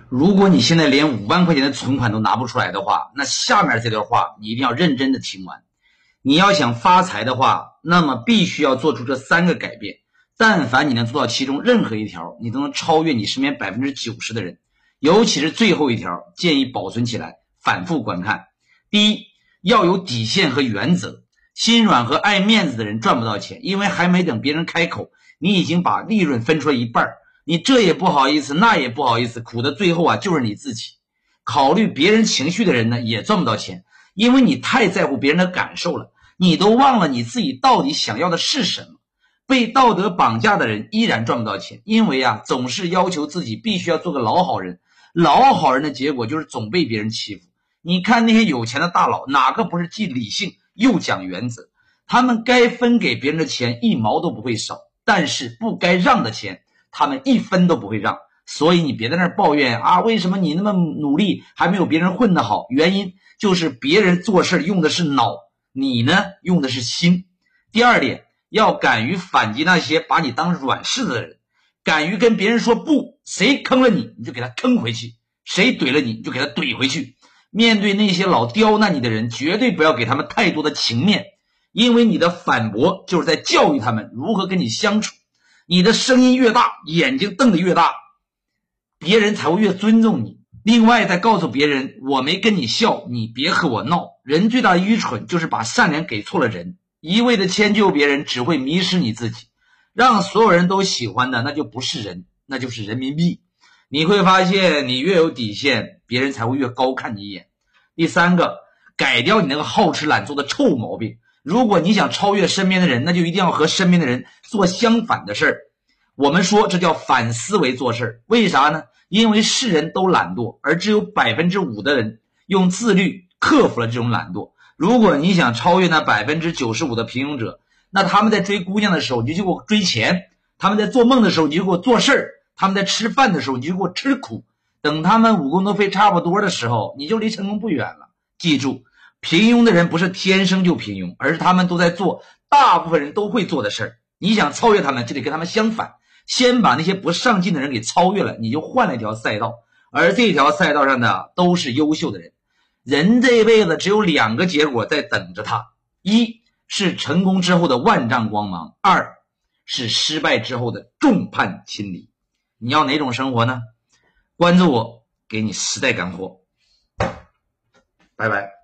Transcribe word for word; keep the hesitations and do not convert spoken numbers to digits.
如果你现在连五万块钱的存款都拿不出来的话，那下面这段话你一定要认真的听完。你要想发财的话，那么必须要做出这三个改变。但凡你能做到其中任何一条，你都能超越你身边 百分之九十 的人。尤其是最后一条，建议保存起来，反复观看。第一，要有底线和原则。心软和爱面子的人赚不到钱，因为还没等别人开口，你已经把利润分出来一半，你这也不好意思，那也不好意思，苦的最后啊就是你自己。考虑别人情绪的人呢，也赚不到钱，因为你太在乎别人的感受了，你都忘了你自己到底想要的是什么。被道德绑架的人依然赚不到钱，因为啊总是要求自己必须要做个老好人，老好人的结果就是总被别人欺负。你看那些有钱的大佬，哪个不是既理性又讲原则？他们该分给别人的钱一毛都不会少，但是不该让的钱他们一分都不会让。所以你别在那儿抱怨啊，为什么你那么努力还没有别人混得好？原因就是别人做事用的是脑，你呢用的是心。第二点，要敢于反击那些把你当软柿子的人，敢于跟别人说不，谁坑了你你就给他坑回去，谁怼了你你就给他怼回去。面对那些老刁难你的人，绝对不要给他们太多的情面，因为你的反驳就是在教育他们如何跟你相处。你的声音越大，眼睛瞪得越大，别人才会越尊重你。另外再告诉别人，我没跟你笑，你别和我闹。人最大的愚蠢就是把善良给错了人，一味的迁就别人只会迷失你自己。让所有人都喜欢的那就不是人，那就是人民币。你会发现你越有底线，别人才会越高看你一眼。第三个，改掉你那个好吃懒做的臭毛病。如果你想超越身边的人，那就一定要和身边的人做相反的事儿。我们说这叫反思维做事。为啥呢？因为世人都懒惰，而只有 百分之五 的人用自律克服了这种懒惰。如果你想超越那 百分之九十五 的平庸者，那他们在追姑娘的时候你就给我追钱，他们在做梦的时候你就给我做事儿，他们在吃饭的时候你就给我吃苦。等他们五功都飞差不多的时候，你就离成功不远了。记住，平庸的人不是天生就平庸，而是他们都在做大部分人都会做的事儿。你想超越他们，就得跟他们相反，先把那些不上进的人给超越了，你就换了一条赛道，而这条赛道上的都是优秀的人。人这辈子只有两个结果在等着他，一是成功之后的万丈光芒，二是失败之后的众叛亲离。你要哪种生活呢？关注我，给你时代干货。拜拜。